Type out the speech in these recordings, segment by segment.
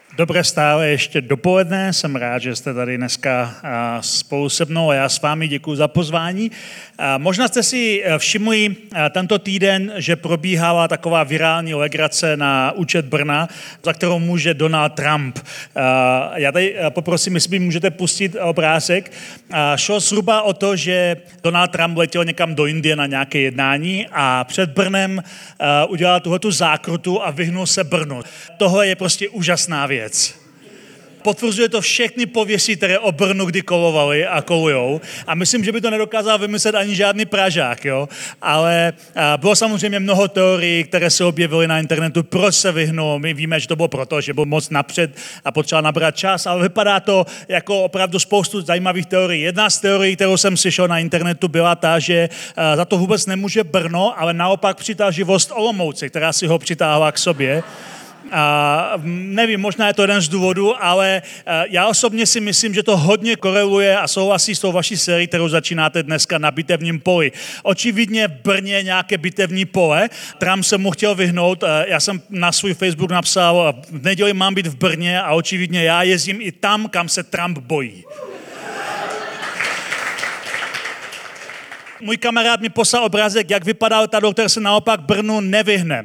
Dobré stále ještě dopoledne, jsem rád, že jste tady dneska spolu se mnou a já s vámi děkuji za pozvání. Možná jste si všimli tento týden, že probíhala taková virální legrace na účet Brna, za kterou může Donald Trump. Já tady poprosím, jestli můžete pustit obrázek. Šlo zhruba o to, že Donald Trump letěl někam do Indie na nějaké jednání a před Brnem udělal tuhletu zákrutu a vyhnul se Brnu. Tohle je prostě úžasná věc. Potvrzuje to všechny pověsti, které o Brnu kdy kolovaly a kolujou. A myslím, že by to nedokázal vymyslet ani žádný Pražák, jo. Ale bylo samozřejmě mnoho teorií, které se objevily na internetu, proč se vyhnul. My víme, že to bylo proto, že byl moc napřed a potřeboval nabrat čas, ale vypadá to jako opravdu spoustu zajímavých teorií. Jedna z teorií, kterou jsem slyšel na internetu, byla ta, že za to vůbec nemůže Brno, ale naopak přitažlivost Olomouce, která si ho přitáhla k sobě. Nevím, možná je to jeden z důvodů, ale já osobně si myslím, že to hodně koreluje a souhlasí s tou vaší sérií, kterou začínáte dneska na bitevním poli. Očividně v Brně nějaké bitevní pole, Trump se mu chtěl vyhnout, já jsem na svůj Facebook napsal, v neděli mám být v Brně a očividně já jezdím i tam, kam se Trump bojí. Můj kamarád mi poslal obrázek, jak vypadá letadlo, které se naopak Brnu nevyhne.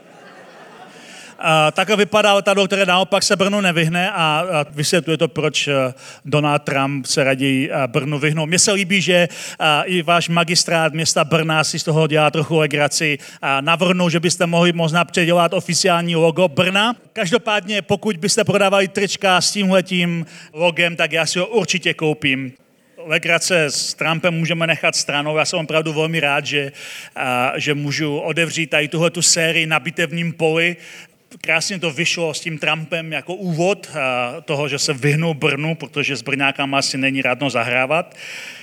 Takhle vypadá letadlo, které naopak se Brnu nevyhne a vysvětluje to, proč Donald Trump se raději Brnu vyhnul. Mně se líbí, že i váš magistrát města Brna si z toho dělá trochu legraci a navrhnul, že byste mohli možná předělat oficiální logo Brna. Každopádně, pokud byste prodávali trička s tímhletím logem, tak já si ho určitě koupím. Legrace s Trumpem můžeme nechat stranou. Já jsem opravdu velmi rád, že můžu otevřít tady tuhletu sérii na bitevním poli. Krásně to vyšlo s tím Trumpem jako úvod toho, že se vyhnul Brnu, protože s Brňákama asi není rádno zahrávat.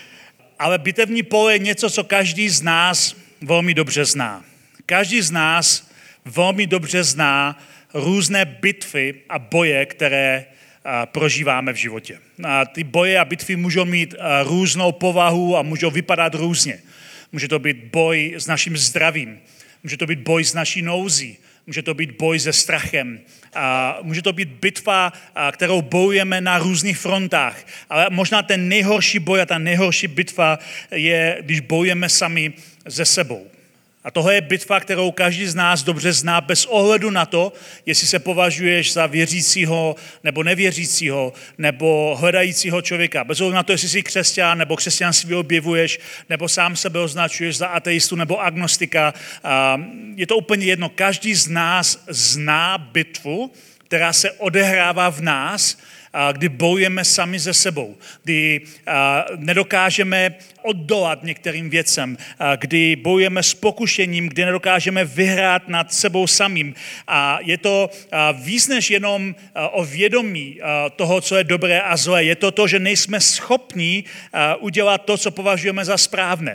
Ale bitevní pole je něco, co každý z nás velmi dobře zná. Každý z nás velmi dobře zná různé bitvy a boje, které prožíváme v životě. A ty boje a bitvy můžou mít různou povahu a můžou vypadat různě. Může to být boj s naším zdravím, může to být boj s naší nouzí, může to být boj se strachem, může to být bitva, kterou bojujeme na různých frontách. Ale možná ten nejhorší boj a ta nejhorší bitva je, když bojujeme sami se sebou. A tohle je bitva, kterou každý z nás dobře zná bez ohledu na to, jestli se považuješ za věřícího nebo nevěřícího nebo hledajícího člověka. Bez ohledu na to, jestli jsi křesťan nebo křesťanství objevuješ nebo sám sebe označuješ za ateistu nebo agnostika. Je to úplně jedno. Každý z nás zná bitvu, která se odehrává v nás, kdy bojujeme sami se sebou, kdy nedokážeme oddolat některým věcem, kdy bojujeme s pokušením, kdy nedokážeme vyhrát nad sebou samým. A je to víc než jenom o vědomí toho, co je dobré a zlé. Je to to, že nejsme schopní udělat to, co považujeme za správné.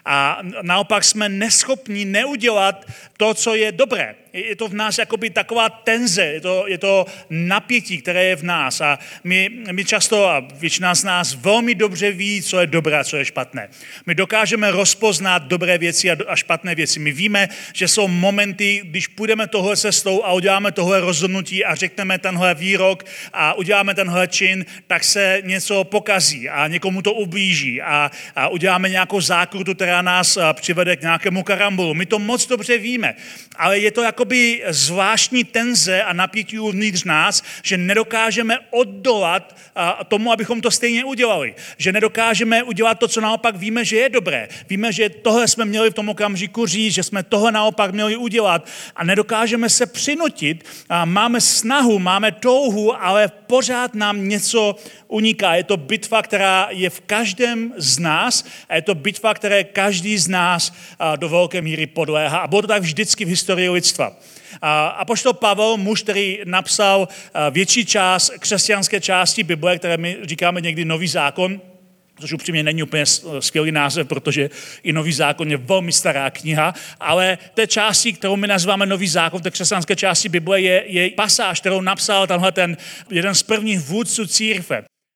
A naopak jsme neschopní neudělat to, co je dobré. Je to v nás jakoby taková tenze, je to napětí, které je v nás. A my často, a většina z nás velmi dobře ví, co je dobré a co je špatné. My dokážeme rozpoznat dobré věci a špatné věci. My víme, že jsou momenty, když půjdeme tohle cestou a uděláme tohle rozhodnutí a řekneme tenhle výrok a uděláme tenhle čin, tak se něco pokazí a někomu to ublíží a uděláme nějakou zákrutu, která nás přivede k nějakému karambolu. My to moc dobře víme, ale je to jakoby zvláštní tenze a napětí uvnitř nás, že nedokážeme oddolat tomu, abychom to stejně udělali. Že nedokážeme udělat to, co naopak víme, že je dobré. Víme, že tohle jsme měli v tom okamžiku říct, že jsme tohle naopak měli udělat a nedokážeme se přinutit. Máme snahu, máme touhu, ale pořád nám něco uniká. Je to bitva, která je v každém z nás a je to bitva, které každý z nás do velké míry podléhá. A bylo to tak vždycky v historii lidstva. Apoštol Pavel, muž, který napsal větší část křesťanské části Bible, které my říkáme někdy Nový zákon, což upřímně není úplně skvělý název, protože i Nový zákon je velmi stará kniha, ale té části, kterou my nazýváme Nový zákon, té křesťanské části Bible, je pasáž, kterou napsal tenhle ten jeden z prvních vůdců církve.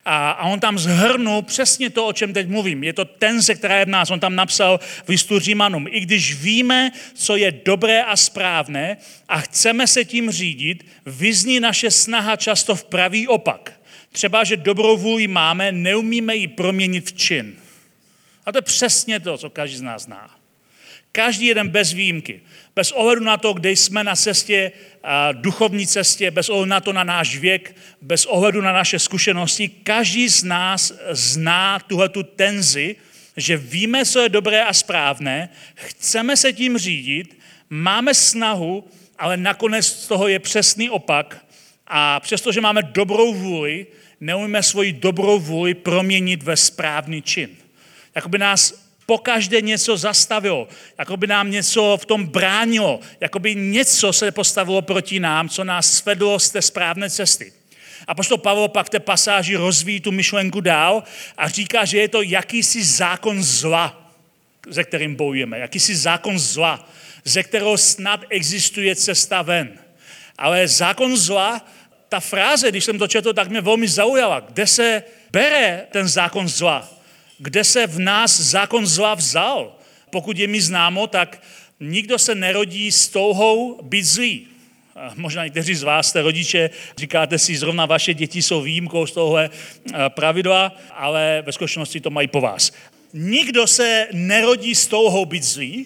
A on tam zhrnul přesně to, o čem teď mluvím. Je to tenze, která je v nás. On tam napsal v listu Římanům. I když víme, co je dobré a správné a chceme se tím řídit, vyzní naše snaha často v pravý opak. Třeba, že dobrou vůli máme, neumíme ji proměnit v čin. A to je přesně to, co každý z nás zná. Každý jeden bez výjimky. Bez ohledu na to, kde jsme na cestě, duchovní cestě, bez ohledu na to na náš věk, bez ohledu na naše zkušenosti, každý z nás zná tuhletu tenzi, že víme, co je dobré a správné, chceme se tím řídit, máme snahu, ale nakonec z toho je přesný opak a přestože máme dobrou vůli, neumíme svoji dobrou vůli proměnit ve správný čin. Jakoby nás pokaždé něco zastavilo, jakoby nám něco v tom bránilo, jakoby něco se postavilo proti nám, co nás svedlo z té správné cesty. Apoštol Pavel pak v té pasáži rozvíjí tu myšlenku dál a říká, že je to jakýsi zákon zla, ze kterým bojujeme, jakýsi zákon zla, ze kterého snad existuje cesta ven. Ale zákon zla, ta fráze, když jsem to četl, tak mě velmi zaujala. Kde se bere ten zákon zla? Kde se v nás zákon zla vzal? Pokud je mi známo, tak nikdo se nerodí s touhou být zlý. Možná někteří z vás jste rodiče, říkáte si, zrovna vaše děti jsou výjimkou z tohle pravidla, ale ve skutečnosti to mají po vás. Nikdo se nerodí s touhou být zlý,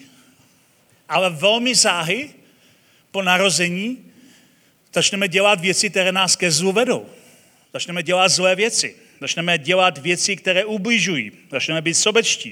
ale velmi záhy po narození začneme dělat věci, které nás ke zlu vedou. Začneme dělat zlé věci. Začneme dělat věci, které ubližují. Začneme být sobečtí.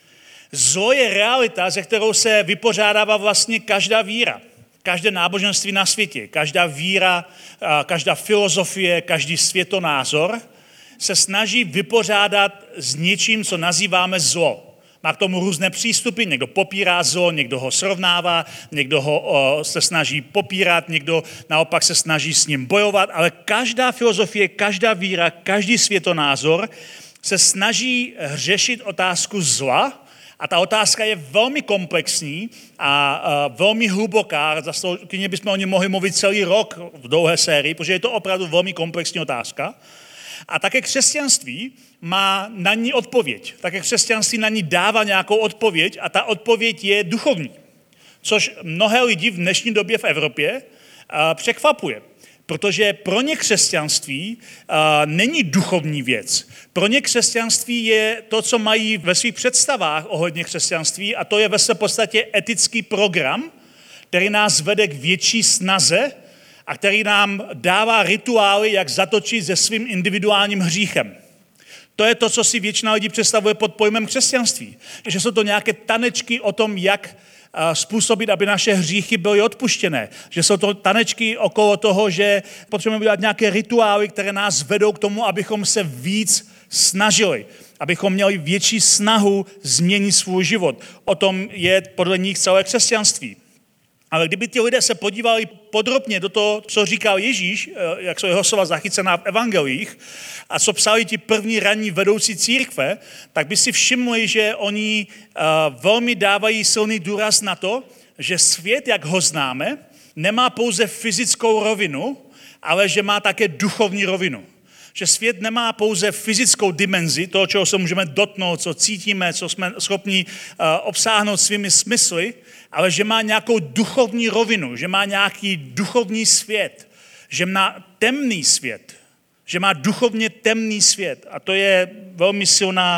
Zlo je realita, se kterou se vypořádává vlastně každá víra. Každé náboženství na světě, každá víra, každá filozofie, každý světonázor se snaží vypořádat s něčím, co nazýváme zlo. Má k tomu různé přístupy, někdo popírá zlo, někdo ho srovnává, někdo ho se snaží popírat, někdo naopak se snaží s ním bojovat, ale každá filozofie, každá víra, každý světonázor se snaží řešit otázku zla a ta otázka je velmi komplexní a velmi hluboká, klidně bychom o ní mohli mluvit celý rok v dlouhé sérii, protože je to opravdu velmi komplexní otázka. A také křesťanství má na ní odpověď. Také křesťanství na ní dává nějakou odpověď a ta odpověď je duchovní. Což mnohé lidi v dnešní době v Evropě překvapuje. Protože pro ně křesťanství není duchovní věc. Pro ně křesťanství je to, co mají ve svých představách ohledně křesťanství a to je ve své podstatě etický program, který nás vede k větší snaze a který nám dává rituály, jak zatočit se svým individuálním hříchem. To je to, co si většina lidí představuje pod pojmem křesťanství. Že jsou to nějaké tanečky o tom, jak způsobit, aby naše hříchy byly odpuštěné. Že jsou to tanečky okolo toho, že potřebujeme udělat nějaké rituály, které nás vedou k tomu, abychom se víc snažili. Abychom měli větší snahu změnit svůj život. O tom je podle nich celé křesťanství. Ale kdyby ti lidé se podívali podrobně do toho, co říkal Ježíš, jak jsou jeho slova zachycená v evangelích, a co psali ti první ranní vedoucí církve, tak by si všimli, že oni velmi dávají silný důraz na to, že svět, jak ho známe, nemá pouze fyzickou rovinu, ale že má také duchovní rovinu. Že svět nemá pouze fyzickou dimenzi, toho, čeho se můžeme dotknout, co cítíme, co jsme schopni obsáhnout svými smysly, ale že má nějakou duchovní rovinu, že má nějaký duchovní svět, že má temný svět, že má duchovně temný svět. A to je velmi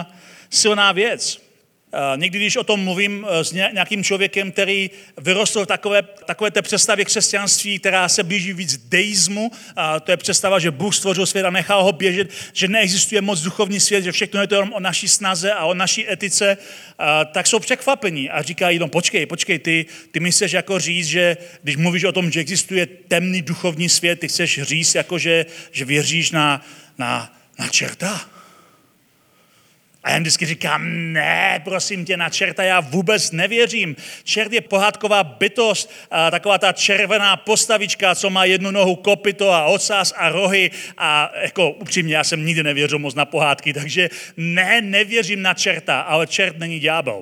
silná věc. Někdy, když o tom mluvím s nějakým člověkem, který vyrostl v takové té představě křesťanství, která se blíží víc deismu, to je představa, že Bůh stvořil svět a nechal ho běžet, že neexistuje moc duchovní svět, že všechno je to jenom o naší snaze a o naší etice, tak jsou překvapení a říkají, no počkej, ty mi chceš jako říct, že když mluvíš o tom, že existuje temný duchovní svět, ty chceš říct, jako že věříš na čerta. A já vždycky říkám, ne, prosím tě, na čerta já vůbec nevěřím. Čert je pohádková bytost, taková ta červená postavička, co má jednu nohu kopyto a ocas a rohy. A jako upřímně, já jsem nikdy nevěřil moc na pohádky, takže nevěřím na čerta, ale čert není ďábel.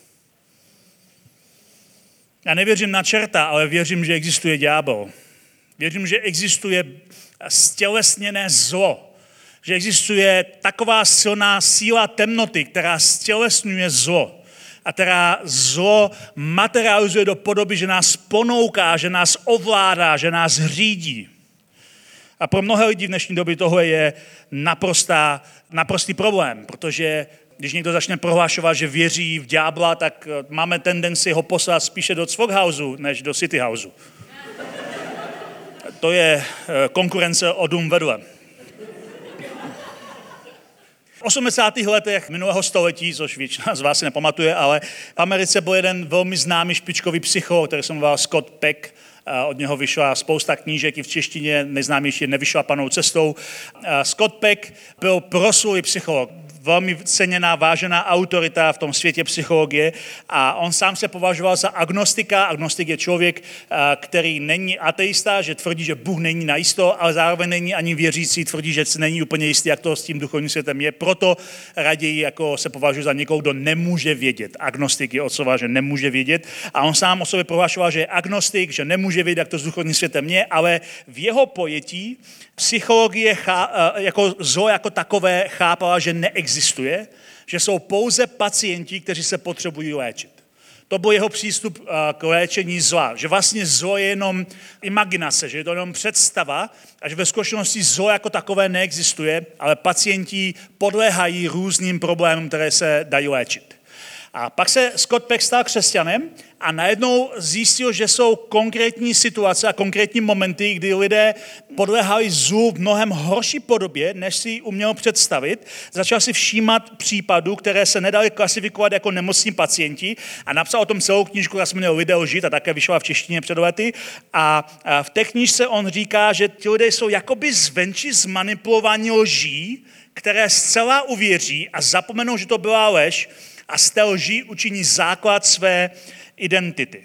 Já nevěřím na čerta, ale věřím, že existuje ďábel. Věřím, že existuje stělesněné zlo. Že existuje taková silná síla temnoty, která stělesňuje zlo a která zlo materializuje do podoby, že nás ponouká, že nás ovládá, že nás řídí. A pro mnohé lidi v dnešní době tohle je naprostý problém, protože když někdo začne prohlašovat, že věří v ďábla, tak máme tendenci ho poslat spíše do Cvokhouse než do City House. To je konkurence o dům vedle. V 80. letech minulého století, což většina z vás si nepamatuje, ale v Americe byl jeden velmi známý špičkový psycholog, který se jmenoval Scott Peck. Od něho vyšla spousta knížek i v češtině, nejznámější je Nevyšlapanou cestou. Scott Peck byl proslulý psycholog, velmi ceněná, vážená autorita v tom světě psychologie a on sám se považoval za agnostika. Agnostik je člověk, který není ateista, že tvrdí, že Bůh není najisto, ale zároveň není ani věřící, tvrdí, že není úplně jistý, jak to s tím duchovním světem je. Proto raději jako se považuje za někoho, kdo nemůže vědět. Agnostik je od slova, že nemůže vědět. A on sám o sobě prohlašoval, že je agnostik, že nemůže vědět, jak to s duchovním světem je, ale v jeho pojetí psychologie jako zlo jako takové chápala, že neexistuje, že jsou pouze pacienti, kteří se potřebují léčit. To byl jeho přístup k léčení zla, že vlastně zlo je jenom imaginace, že je to jenom představa a že ve skutečnosti zlo jako takové neexistuje, ale pacienti podléhají různým problémům, které se dají léčit. A pak se Scott Peck stal křesťanem a najednou zjistil, že jsou konkrétní situace a konkrétní momenty, kdy lidé podléhali zlu v mnohem horší podobě, než si uměl představit. Začal si všímat případů, které se nedaly klasifikovat jako nemocní pacienti a napsal o tom celou knížku, která se jmenuje Lidé lží, a také vyšla v češtině před lety. A v té knížce on říká, že ti lidé jsou jakoby zvenčí zmanipulovaní lží, které zcela uvěří a zapomenou, že to byla lež, a z té lži učiní základ své identity.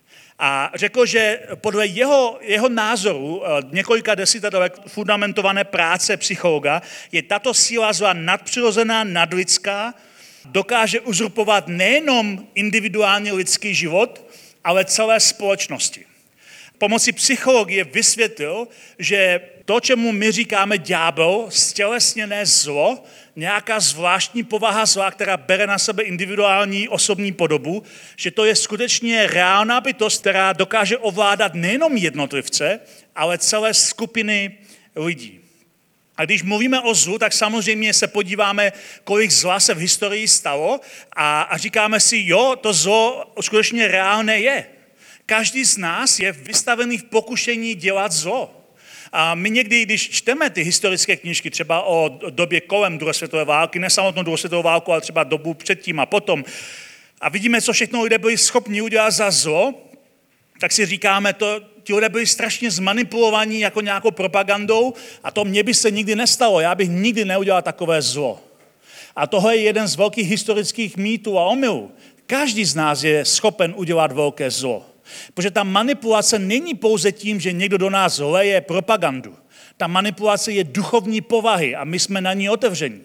A řekl, že podle jeho názoru několika desetiletí fundamentované práce psychologa je tato síla zla nadpřirozená, nadlidská, dokáže uzurpovat nejenom individuální lidský život, ale celé společnosti. Pomocí psychologie vysvětlil, že to, čemu my říkáme ďábel, stělesněné zlo, nějaká zvláštní povaha zla, která bere na sebe individuální osobní podobu, že to je skutečně reálná bytost, která dokáže ovládat nejenom jednotlivce, ale celé skupiny lidí. A když mluvíme o zlu, tak samozřejmě se podíváme, kolik zla se v historii stalo a říkáme si, jo, to zlo skutečně reálné je. Každý z nás je vystavený v pokušení dělat zlo. A my někdy, když čteme ty historické knížky, třeba o době kolem druhé světové války, ne samotnou druhou světovou válku, ale třeba dobu předtím a potom, a vidíme, co všechno lidé byli schopni udělat za zlo, tak si říkáme, ti lidé byli strašně zmanipulovaní jako nějakou propagandou a to mně by se nikdy nestalo, já bych nikdy neudělal takové zlo. A tohle je jeden z velkých historických mýtů a omylů. Každý z nás je schopen udělat velké zlo. Protože ta manipulace není pouze tím, že někdo do nás leje propagandu. Ta manipulace je duchovní povahy a my jsme na ní otevření.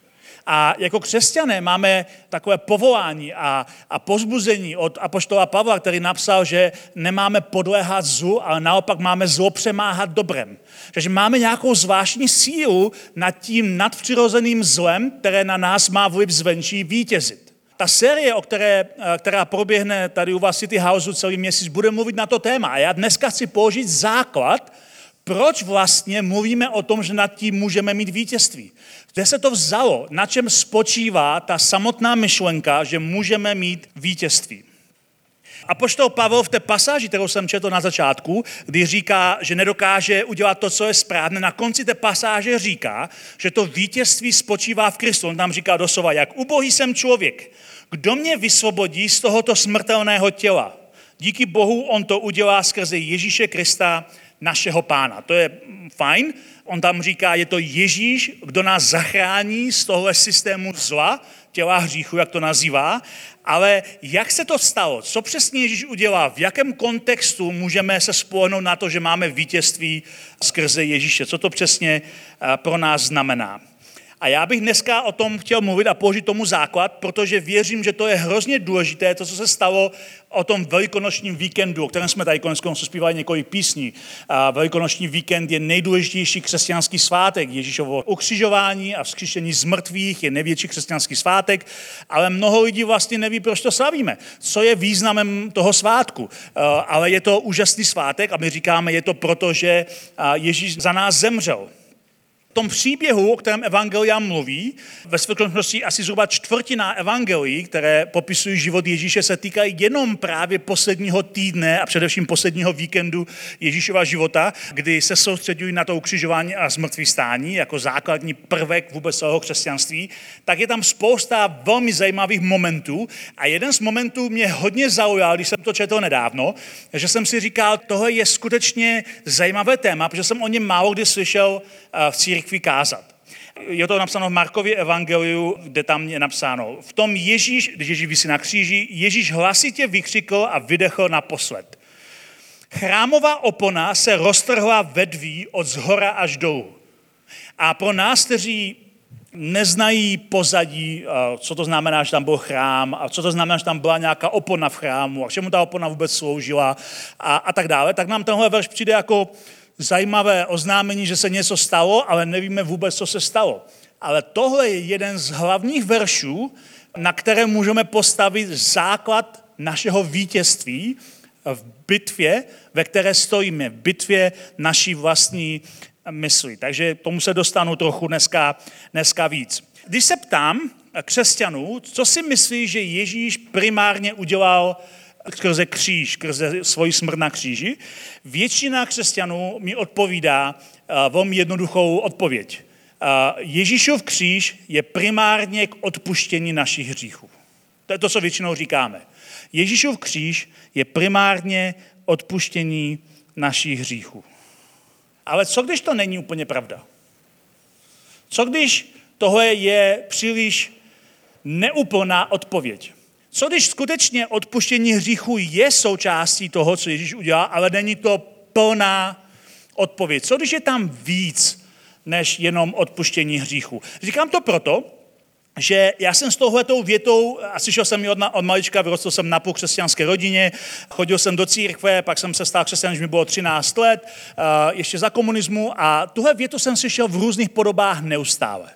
A jako křesťané máme takové povolání a povzbuzení od apoštola Pavla, který napsal, že nemáme podléhat zlu, ale naopak máme zlo přemáhat dobrem. Takže máme nějakou zvláštní sílu nad tím nadpřirozeným zlem, které na nás má vliv zvenčí, vítězit. Ta série, která proběhne tady u vás City Houseu celý měsíc, bude mluvit na to téma. A já dneska chci položit základ, proč vlastně mluvíme o tom, že nad tím můžeme mít vítězství. Kde se to vzalo? Na čem spočívá ta samotná myšlenka, že můžeme mít vítězství? Apoštol Pavel v té pasáži, kterou jsem četl na začátku, kdy říká, že nedokáže udělat to, co je správné, na konci té pasáže říká, že to vítězství spočívá v Kristu. On tam říká doslova, jak ubohý jsem člověk, kdo mě vysvobodí z tohoto smrtelného těla. Díky Bohu on to udělá skrze Ježíše Krista, našeho Pána. To je fajn. On tam říká, je to Ježíš, kdo nás zachrání z tohle systému zla, těla hříchu, jak to nazývá, ale jak se to stalo? Co přesně Ježíš udělá? V jakém kontextu můžeme se spolehnout na to, že máme vítězství skrze Ježíše? Co to přesně pro nás znamená? A já bych dneska o tom chtěl mluvit a položit tomu základ, protože věřím, že to je hrozně důležité, to, co se stalo o tom velikonočním víkendu, o kterém jsme tady konec konců zpívali několik písní. Velikonoční víkend je nejdůležitější křesťanský svátek. Ježíšovo ukřižování a vzkříšení z mrtvých je největší křesťanský svátek, ale mnoho lidí vlastně neví, proč to slavíme. Co je významem toho svátku? Ale je to úžasný svátek a my říkáme, je to proto, že Ježíš za nás zemřel. V tom příběhu, o kterém evangelia mluví, ve skutečnosti asi zhruba čtvrtina evangelií, které popisují život Ježíše, se týkají jenom právě posledního týdne a především posledního víkendu Ježíšova života, kdy se soustředují na to ukřižování a zmrtvýchvstání jako základní prvek vůbec celého křesťanství, tak je tam spousta velmi zajímavých momentů a jeden z momentů mě hodně zaujal, když jsem to četl nedávno, že jsem si říkal, tohle je skutečně zajímavé téma, protože jsem o něm málo kdy slyšel v církvi kázat. Je to napsáno v Markově evangeliu, kde tam je napsáno. V tom Ježíš, když Ježíš visí na kříži, Ježíš hlasitě vykřikl a vydechl naposled. Chrámová opona se roztrhla vedví od zhora až dolů. A pro nás, kteří neznají pozadí, co to znamená, že tam byl chrám, a co to znamená, že tam byla nějaká opona v chrámu, a k čemu ta opona vůbec sloužila a tak dále, tak nám tenhle verš přijde jako zajímavé oznámení, že se něco stalo, ale nevíme vůbec, co se stalo. Ale tohle je jeden z hlavních veršů, na které můžeme postavit základ našeho vítězství v bitvě, ve které stojíme, v bitvě naší vlastní mysli. Takže tomu se dostanu trochu dneska víc. Když se ptám křesťanů, co si myslí, že Ježíš primárně udělal skrze kříž, skrze svoji smrt na kříži, většina křesťanů mi odpovídá velmi jednoduchou odpověď. Ježíšův kříž je primárně k odpuštění našich hříchů. To je to, co většinou říkáme. Ježíšův kříž je primárně odpuštění našich hříchů. Ale co když to není úplně pravda? Co když tohle je příliš neúplná odpověď? Co když skutečně odpuštění hříchu je součástí toho, co Ježíš udělal, ale není to plná odpověď? Co když je tam víc než jenom odpuštění hříchu? Říkám to proto, že já jsem s touhletou větou, a slyšel jsem ji od malička, vyrostl jsem na křesťanské rodině, chodil jsem do církve, pak jsem se stal křesťanem, když mi bylo 13 let, ještě za komunismu, a tuhle větu jsem slyšel v různých podobách neustále.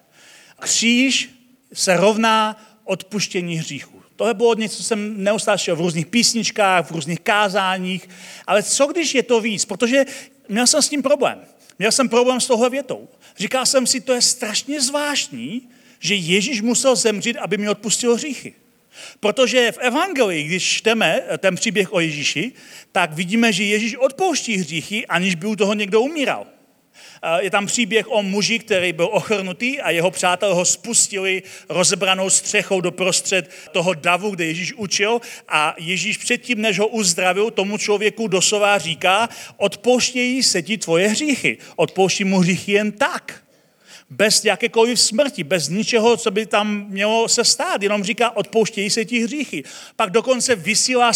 Kříž se rovná odpuštění hříchu. Tohle bylo něco, co jsem neustále slyšel v různých písničkách, v různých kázáních, ale co když je to víc? Protože měl jsem s tím problém. Měl jsem problém s touhle větou. Říkal jsem si, to je strašně zvláštní, že Ježíš musel zemřít, aby mi odpustil hříchy. Protože v evangelii, když čteme ten příběh o Ježíši, tak vidíme, že Ježíš odpouští hříchy, aniž by u toho někdo umíral. Je tam příběh o muži, který byl ochrnutý a jeho přátelé ho spustili rozebranou střechou doprostřed toho davu, kde Ježíš učil, a Ježíš předtím, než ho uzdravil, tomu člověku doslova říká, odpouštějí se ti tvoje hříchy. Odpouští mu hříchy jen tak. Bez jakékoliv smrti, bez ničeho, co by tam mělo se stát. Jenom říká, odpouštějí se ti hříchy. Pak dokonce vysílá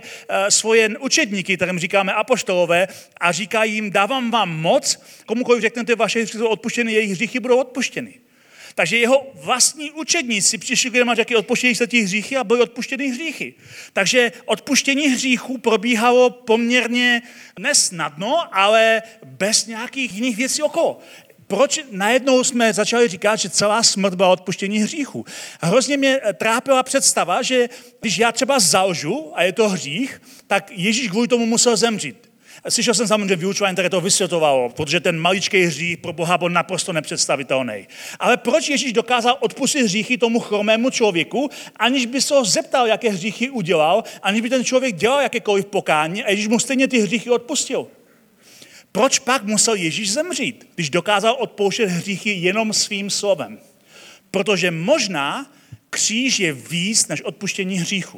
svoje učedníky, kterým říkáme apoštolové, a říká jim, dávám vám moc, komukoliv řeknete, vaše hříchy jsou odpuštěny, jejich hříchy budou odpuštěny. Takže jeho vlastní učedníci přišli k lidem a řekli, odpouštějí se ti hříchy, a byly odpuštěny hříchy. Takže odpuštění hříchů probíhalo poměrně nesnadno, ale bez nějakých jiných věcí okolo. Proč najednou jsme začali říkat, že celá smrt byla odpuštění hříchu? Hrozně mě trápila představa, že když já třeba zalžu a je to hřích, tak Ježíš kvůli tomu musel zemřít. Slyšel jsem samozřejmě vyučování, které to vysvětlovalo, protože ten maličký hřích pro Boha byl naprosto nepředstavitelný. Ale proč Ježíš dokázal odpustit hříchy tomu chromému člověku, aniž by se ho zeptal, jaké hříchy udělal, aniž by ten člověk dělal jakékoliv pokání, a Ježíš mu stejně ty hříchy odpustil? Proč pak musel Ježíš zemřít, když dokázal odpouštět hříchy jenom svým slovem? Protože možná kříž je víc než odpuštění hříchu.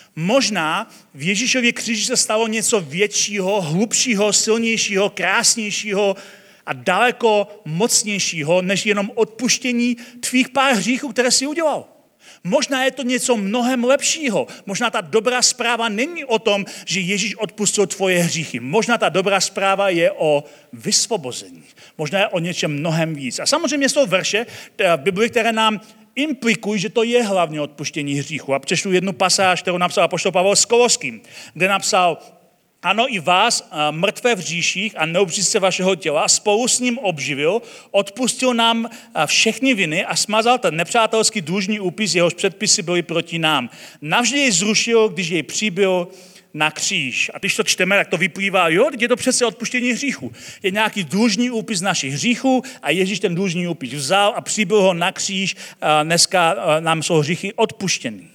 Možná v Ježíšově kříži se stalo něco většího, hlubšího, silnějšího, krásnějšího a daleko mocnějšího, než jenom odpuštění tvých pár hříchů, které jsi udělal. Možná je to něco mnohem lepšího. Možná ta dobrá zpráva není o tom, že Ježíš odpustil tvoje hříchy. Možná ta dobrá zpráva je o vysvobození. Možná je o něčem mnohem víc. A samozřejmě jsou verše v Bibli, které nám implikují, že to je hlavně odpuštění hříchu. A přečtu jednu pasáž, kterou napsal apoštol Pavel s Koloským, kde napsal: ano, i vás, mrtvé v hříších a neobřízce vašeho těla, spolu s ním obživil, odpustil nám všechny viny a smazal ten nepřátelský dlužný úpis, jehož předpisy byly proti nám. Navždy jej zrušil, když jej přibyl na kříž. A když to čteme, tak to vyplývá, jo, je to přece odpuštění hříchu. Je nějaký dlužný úpis našich hříchů a Ježíš ten dlužný úpis vzal a přibyl ho na kříž. Dneska nám jsou hříchy odpuštěny.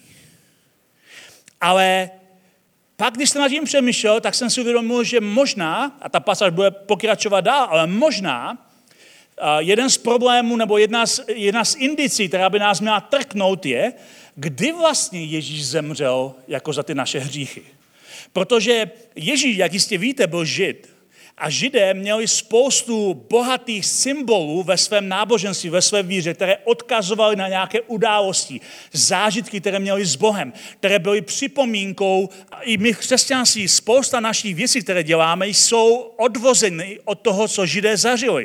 Ale pak, když jsem nad tím přemýšlel, tak jsem si uvědomil, že možná, a ta pasáž bude pokračovat dál, ale možná jeden z problémů nebo jedna z indicí, která by nás měla trknout, je, kdy vlastně Ježíš zemřel jako za ty naše hříchy. Protože Ježíš, jak jistě víte, byl Žid. A Židé měli spoustu bohatých symbolů ve svém náboženství, ve své víře, které odkazovaly na nějaké události, zážitky, které měli s Bohem, které byly připomínkou. I my v křesťanství, spousta našich věcí, které děláme, jsou odvozeny od toho, co Židé zažili.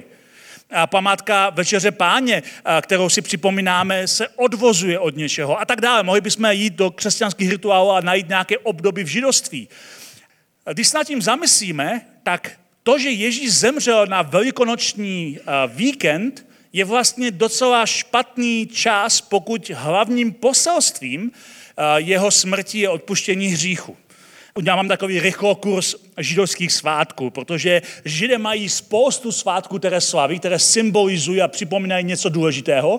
A památka Večeře Páně, kterou si připomínáme, se odvozuje od něčeho a tak dále. Mohli bychom jít do křesťanských rituálů a najít nějaké období v židovství. Když se nad tím zamyslíme, tak to, že Ježíš zemřel na velikonoční víkend, je vlastně docela špatný čas, pokud hlavním poselstvím jeho smrti je odpuštění hříchu. Já mám takový rychlokurs židovských svátků, protože Židé mají spoustu svátků, které slaví, které symbolizují a připomínají něco důležitého.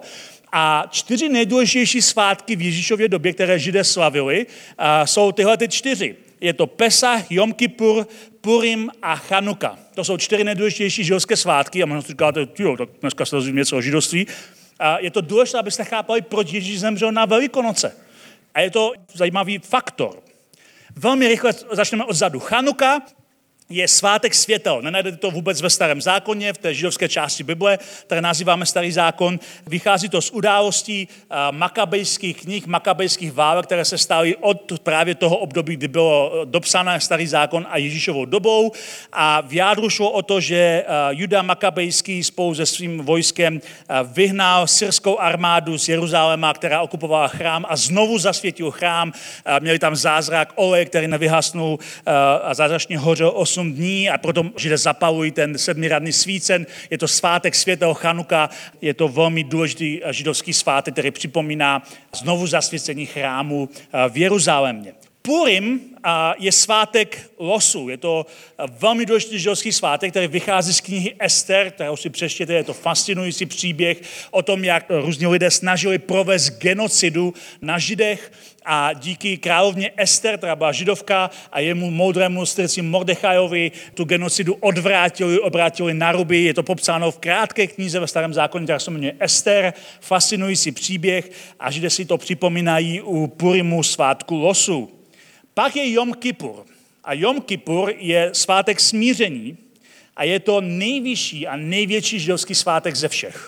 A 4 nejdůležitější svátky v Ježíšově době, které Židé slavili, jsou tyhle 4. Je to Pesach, Jom Kippur, Purim a Chanuka. To jsou 4 nejdůležitější židovské svátky. A možná si říkáte, tak dneska se dozvím něco o židovství. A je to důležité, abyste chápali, proč Ježíš zemřel na Velikonoce. A je to zajímavý faktor. Velmi rychle začneme odzadu. Chanuka je svátek světel. Nenajdete to vůbec ve Starém zákoně, v té židovské části Bible, které nazýváme Starý zákon. Vychází to z událostí makabejských knih, makabejských válek, které se staly od právě toho období, kdy bylo dopsané Starý zákon a Ježíšovou dobou. A v jádru šlo o to, že Juda Makabejský spolu se svým vojskem vyhnal syrskou armádu z Jeruzaléma, která okupovala chrám a znovu zasvětil chrám. Měli tam zázrak olej, který nevyhasnul a zázračně hořel 8 dní a proto Židé zapalují ten 7radný svícen. Je to svátek světého Chanuka, je to velmi důležitý židovský svátek, který připomíná znovu zasvěcení chrámu v Jeruzalémě. Purim je svátek losu. Je to velmi důležitý židovský svátek, který vychází z knihy Ester, kterou si přečtěte, je to fascinující příběh o tom, jak různí lidé snažili provést genocidu na Židech a díky královně Ester, která byla židovka, a jemu moudrému strýci Mordechajovi tu genocidu obrátili na ruby. Je to popsáno v krátké knize ve Starém zákoně, která se jmenuje Ester, fascinující příběh a Židé si to připomínají u Purimu svátku losu. Pak je Jom Kippur. A Jom Kippur je svátek smíření a je to nejvyšší a největší židovský svátek ze všech.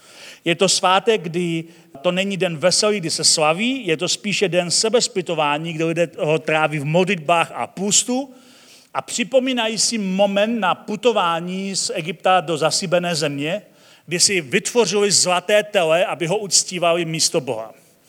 Je to svátek, kdy to není den veselý, kdy se slaví, je to spíše den sebezpytování, kde lidé ho tráví v modlitbách a půstu a připomínají si moment na putování z Egypta do zasíbené země, kdy si vytvořili zlaté tele, aby ho uctívali místo Boha.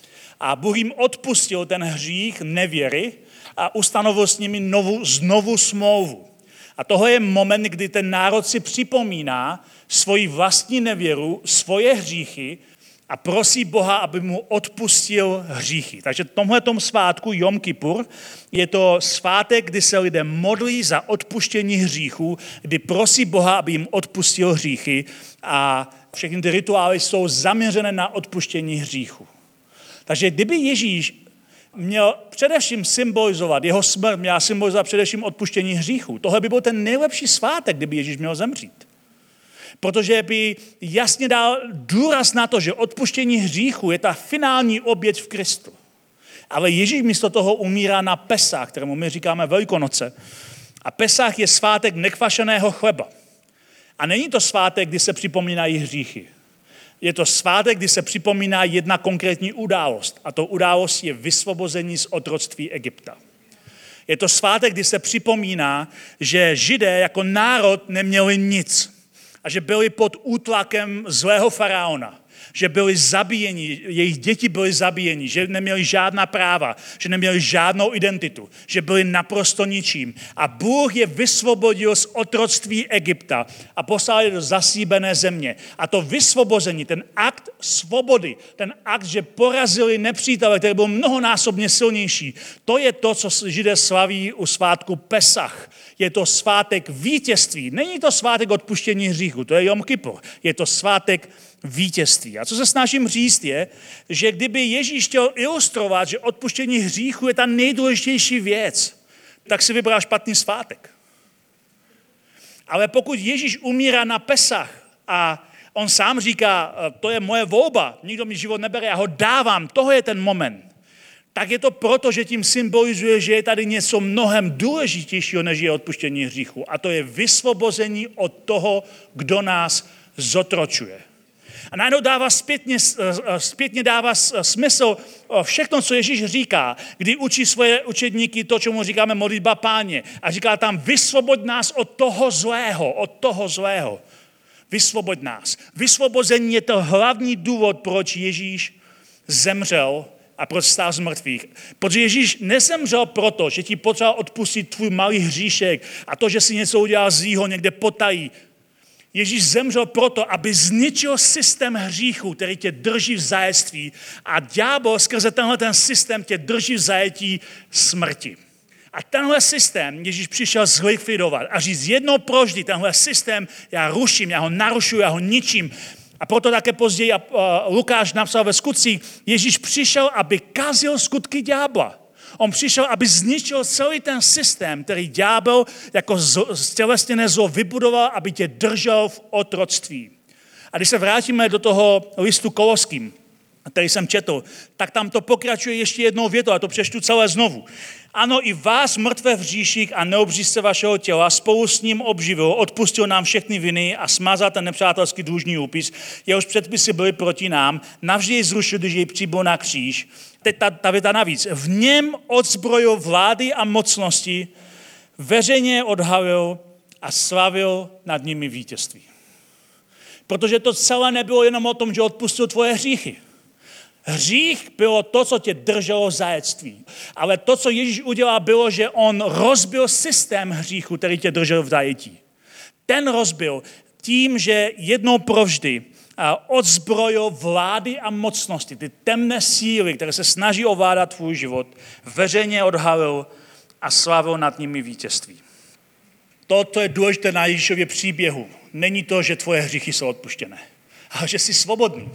A Bůh jim odpustil ten hřích nevěry a ustanovil s nimi znovu smlouvu. A tohle je moment, kdy ten národ si připomíná svoji vlastní nevěru, svoje hříchy a prosí Boha, aby mu odpustil hříchy. Takže v tomhletom svátku Jom Kippur je to svátek, kdy se lidé modlí za odpuštění hříchů, kdy prosí Boha, aby jim odpustil hříchy a všechny ty rituály jsou zaměřené na odpuštění hříchů. Takže kdyby Ježíš měl především symbolizovat, jeho smrt měla symbolizovat především odpuštění hříchů. Tohle by byl ten nejlepší svátek, kdyby Ježíš měl zemřít. Protože by jasně dal důraz na to, že odpuštění hříchů je ta finální oběť v Kristu. Ale Ježíš místo toho umírá na Pesach, kterému my říkáme Velikonoce. A Pesach je svátek nekvašeného chleba. A není to svátek, kdy se připomínají hříchy. Je to svátek, kdy se připomíná jedna konkrétní událost. A to událost je vysvobození z otroctví Egypta. Je to svátek, kdy se připomíná, že Židé jako národ neměli nic. A že byli pod útlakem zlého faraona. Že byli zabíjeni, jejich děti byly zabíjeni, že neměli žádná práva, že neměli žádnou identitu, že byli naprosto ničím. A Bůh je vysvobodil z otroctví Egypta a poslal je do zasíbené země. A to vysvobození, ten akt svobody, ten akt, že porazili nepřítele, který byl mnohonásobně silnější, to je to, co Židé slaví u svátku Pesach. Je to svátek vítězství. Není to svátek odpuštění hříchu, to je Jom Kippur. Je to svátek vítězství. A co se snažím říct je, že kdyby Ježíš chtěl ilustrovat, že odpuštění hříchu je ta nejdůležitější věc, tak si vybral špatný svátek. Ale pokud Ježíš umírá na Pesach a on sám říká, to je moje volba, nikdo mi život nebere, já ho dávám, toho je ten moment, tak je to proto, že tím symbolizuje, že je tady něco mnohem důležitějšího, než je odpuštění hříchu. A to je vysvobození od toho, kdo nás zotročuje. A najednou zpětně dává smysl všechno, co Ježíš říká, kdy učí svoje učedníky to, čemu říkáme modlitba Páně. A říká tam, vysvoboď nás od toho zlého. Vysvoboď nás. Vysvobození je to hlavní důvod, proč Ježíš zemřel a proč stál z mrtvých. Protože Ježíš nezemřel proto, že ti potřeboval odpustit tvůj malý hříšek a to, že si něco udělal zlýho někde potají. Ježíš zemřel proto, aby zničil systém hříchu, který tě drží v zajetství a ďábel skrze tenhle ten systém tě drží v zajetí smrti. A tenhle systém Ježíš přišel zlikvidovat a říct jednou provždy, tenhle systém já ruším, já ho narušuju, já ho ničím. A proto také později Lukáš napsal ve skutcích, Ježíš přišel, aby kazil skutky ďábla. On přišel, aby zničil celý ten systém, který ďábel jako stělesněné zlo vybudoval, aby tě držel v otroctví. A když se vrátíme do toho listu Koloským, který jsem četl, tak tam to pokračuje ještě jednou větou, a to přečtu celé znovu. Ano, i vás mrtvé v hříších a neobřízce vašeho těla spolu s ním obživil, odpustil nám všechny viny a smazal ten nepřátelský dlužný úpis, jehož předpisy byly proti nám, navždy jej zrušil, když jej přibyl na kříž. Teď ta věta navíc. V něm odzbrojil vlády a mocnosti, veřejně odhalil a slavil nad nimi vítězství. Protože to celé nebylo jenom o tom, že odpustil tvoje hříchy. Hřích bylo to, co tě drželo v zajetství. Ale to, co Ježíš udělal, bylo, že on rozbil systém hříchu, který tě držel v zajetí. Ten rozbil tím, že jednou provždy odzbrojil vlády a mocnosti, ty temné síly, které se snaží ovládat tvůj život, veřejně odhalil a slavil nad nimi vítězství. To je důležité na Ježíšově příběhu. Není to, že tvoje hříchy jsou odpuštěné, ale že jsi svobodný.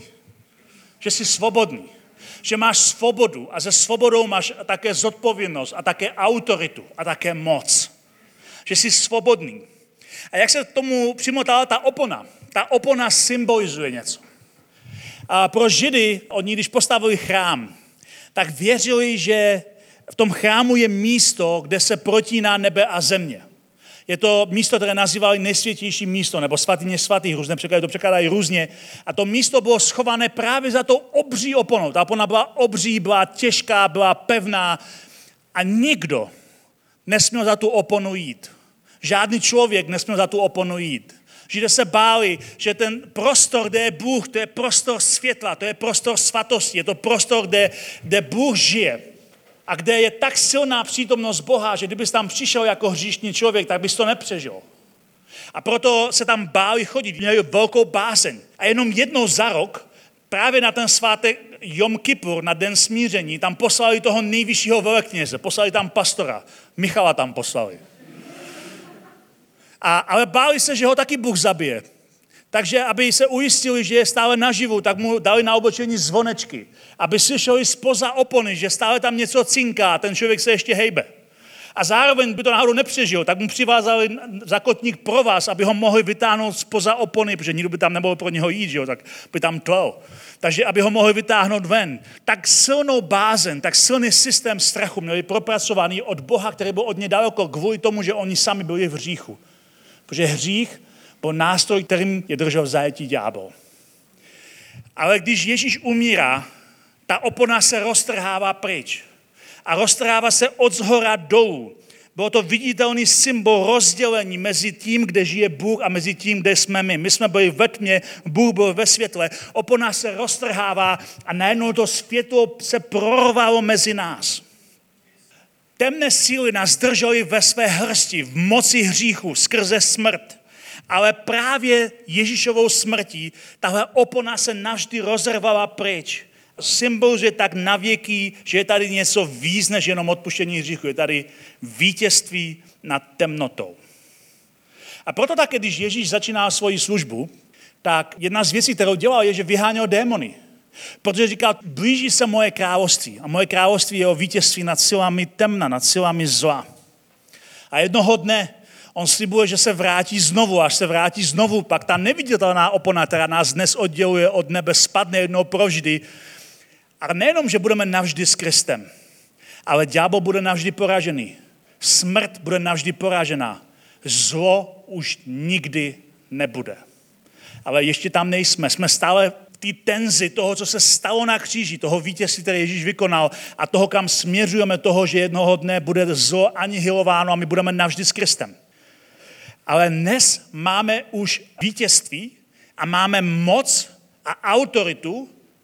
Že jsi svobodný, že máš svobodu a se svobodou máš také zodpovědnost a také autoritu a také moc. Že jsi svobodný. A jak se tomu přimotala ta opona? Ta opona symbolizuje něco. A pro Židy, oni když postavili chrám, tak věřili, že v tom chrámu je místo, kde se protíná nebe a země. Je to místo, které nazývali nejsvětější místo, nebo svatyně svatých, různé překlady to překládají různě. A to místo bylo schované právě za tou obří oponou. Ta opona byla obří, byla těžká, byla pevná a nikdo nesměl za tu oponu jít. Žádný člověk nesměl za tu oponu jít. Židé se báli, že ten prostor, kde je Bůh, to je prostor světla, to je prostor svatosti, je to prostor, kde Bůh žije. A kde je tak silná přítomnost Boha, že kdybys tam přišel jako hříšný člověk, tak bys to nepřežil. A proto se tam báli chodit, měli velkou bázeň. A jenom jednou za rok, právě na ten svátek Jom Kippur, na den smíření, tam poslali toho nejvyššího velekněze, poslali tam pastora, Michala tam poslali. Ale báli se, že ho taky Bůh zabije. Takže, aby se ujistili, že je stále naživu, tak mu dali na oblečení zvonečky. Aby slyšeli zpoza opony, že stále tam něco cinká a ten člověk se ještě hejbe. A zároveň by to náhodou nepřežil, tak mu přivázali zakotník pro vás, aby ho mohli vytáhnout zpoza opony, protože nikdo by tam nemohl pro něho jít, že jo, tak by tam tlel. Takže aby ho mohli vytáhnout ven. Tak silnou bázen, tak silný systém strachu měli propracovaný od Boha, který byl od ně daleko, kvůli tomu, že oni sami byli v hříchu. Protože hřích byl nástroj, kterým je držel v zajetí ďábel. Ale když Ježíš umírá, ta opona se roztrhává pryč. A roztrhává se od zhora dolů. Bylo to viditelný symbol rozdělení mezi tím, kde žije Bůh a mezi tím, kde jsme my. My jsme byli ve tmě, Bůh byl ve světle. Opona se roztrhává a najednou to světlo se prorvalo mezi nás. Temné síly nás držely ve své hrsti, v moci hříchu, skrze smrt. Ale právě Ježíšovou smrtí tahle opona se navždy rozrvala pryč. Symbolizuje tak navěky, že je tady něco víc než jenom odpuštění hříchu. Je tady vítězství nad temnotou. A proto také, když Ježíš začínal svoji službu, tak jedna z věcí, kterou dělal, je, že vyháněl démony. Protože říkal, blíží se moje království. A moje království je o vítězství nad silami temna, nad silami zla. A jednoho dne on slibuje, že se vrátí znovu. Až se vrátí znovu, pak ta neviditelná opona, která nás dnes odděluje od nebe, spadne jednou provždy. A nejenom, že budeme navždy s Kristem, ale ďábel bude navždy poražený. Smrt bude navždy poražená. Zlo už nikdy nebude. Ale ještě tam nejsme. Jsme stále v té tenzi toho, co se stalo na kříži, toho vítězství, které Ježíš vykonal a toho, kam směřujeme, toho, že jednoho dne bude zlo anihilováno a my budeme navždy s Kristem. Ale dnes máme už vítězství a máme moc a autoritu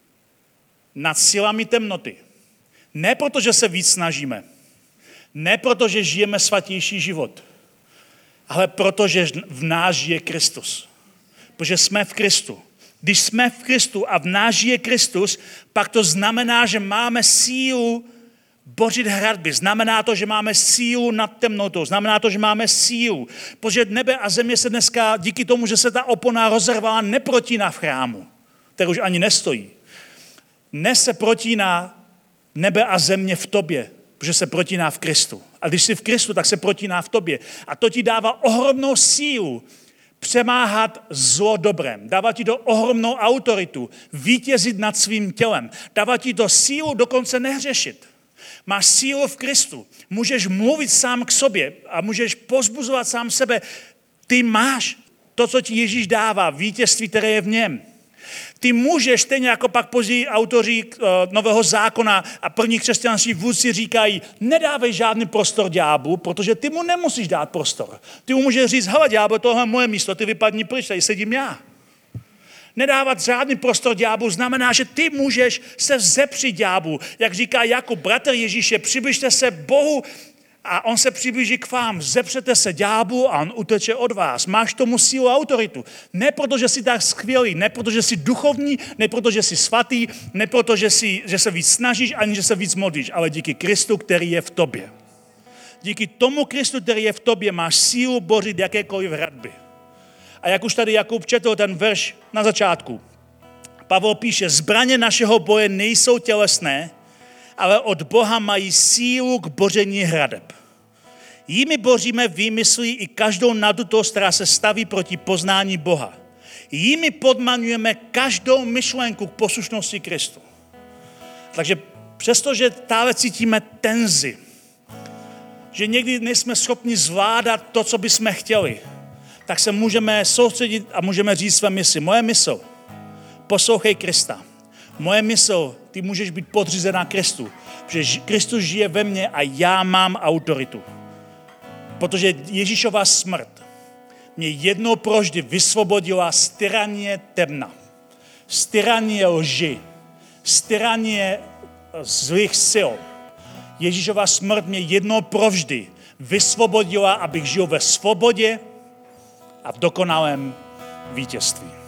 nad silami temnoty. Ne proto, že se víc snažíme, ne proto, že žijeme svatější život, ale proto, že v nás žije Kristus. Protože jsme v Kristu. Když jsme v Kristu a v nás žije Kristus, pak to znamená, že máme sílu bořit hradby. Znamená to, že máme sílu nad temnotou. Znamená to, že máme sílu. Protože nebe a země se dneska, díky tomu, že se ta opona rozervala, neprotíná v chrámu, který už ani nestojí. Dnes se protíná nebe a země v tobě, protože se protíná v Kristu. A když jsi v Kristu, tak se protíná v tobě. A to ti dává ohromnou sílu přemáhat zlo dobrem. Dává ti to ohromnou autoritu, vítězit nad svým tělem. Dává ti to sílu dokonce nehřešit. Máš sílu v Kristu. Můžeš mluvit sám k sobě a můžeš pozbuzovat sám sebe. Ty máš to, co ti Ježíš dává, vítězství, které je v něm. Ty můžeš, stejně jako pak později autoři Nového zákona a první křesťanští vůdci říkají, nedávej žádný prostor ďáblu, protože ty mu nemusíš dát prostor. Ty mu můžeš říct, hele ďábel, tohle je moje místo, ty vypadni pryč, tady sedím já. Nedávat žádný prostor ďáblu znamená, že ty můžeš se vzepřít ďáblu. Jak říká Jakub, bratr Ježíše, přibližte se Bohu a on se přiblíží k vám. Vzepřete se ďáblu a on uteče od vás. Máš tomu sílu a autoritu. Ne proto, že jsi tak skvělý, ne proto, že jsi duchovní, ne proto, že jsi svatý, ne proto, že se víc snažíš, ani že se víc modlíš, ale díky Kristu, který je v tobě. Díky tomu Kristu, který je v tobě, máš sílu bořit jakékoliv hradby. A jak už tady Jakub četl ten verš na začátku, Pavel píše, zbraně našeho boje nejsou tělesné, ale od Boha mají sílu k boření hradeb. Jimi boříme výmysly i každou nadutost, která se staví proti poznání Boha. Jimi podmaňujeme každou myšlenku k poslušnosti Kristu. Takže přestože stále cítíme tenzi, že někdy nejsme schopni zvládat to, co bychom chtěli, tak se můžeme soustředit a můžeme říct své mysli. Moje mysl, poslouchej Krista. Moje mysl, ty můžeš být podřízená Kristu, protože Kristus žije ve mně a já mám autoritu. Protože Ježíšova smrt mě jednou provždy vysvobodila z tyranie temna, z tyranie lži, z tyranie zlých sil. Ježíšova smrt mě jednou provždy vysvobodila, abych žil ve svobodě a v dokonalém vítězství.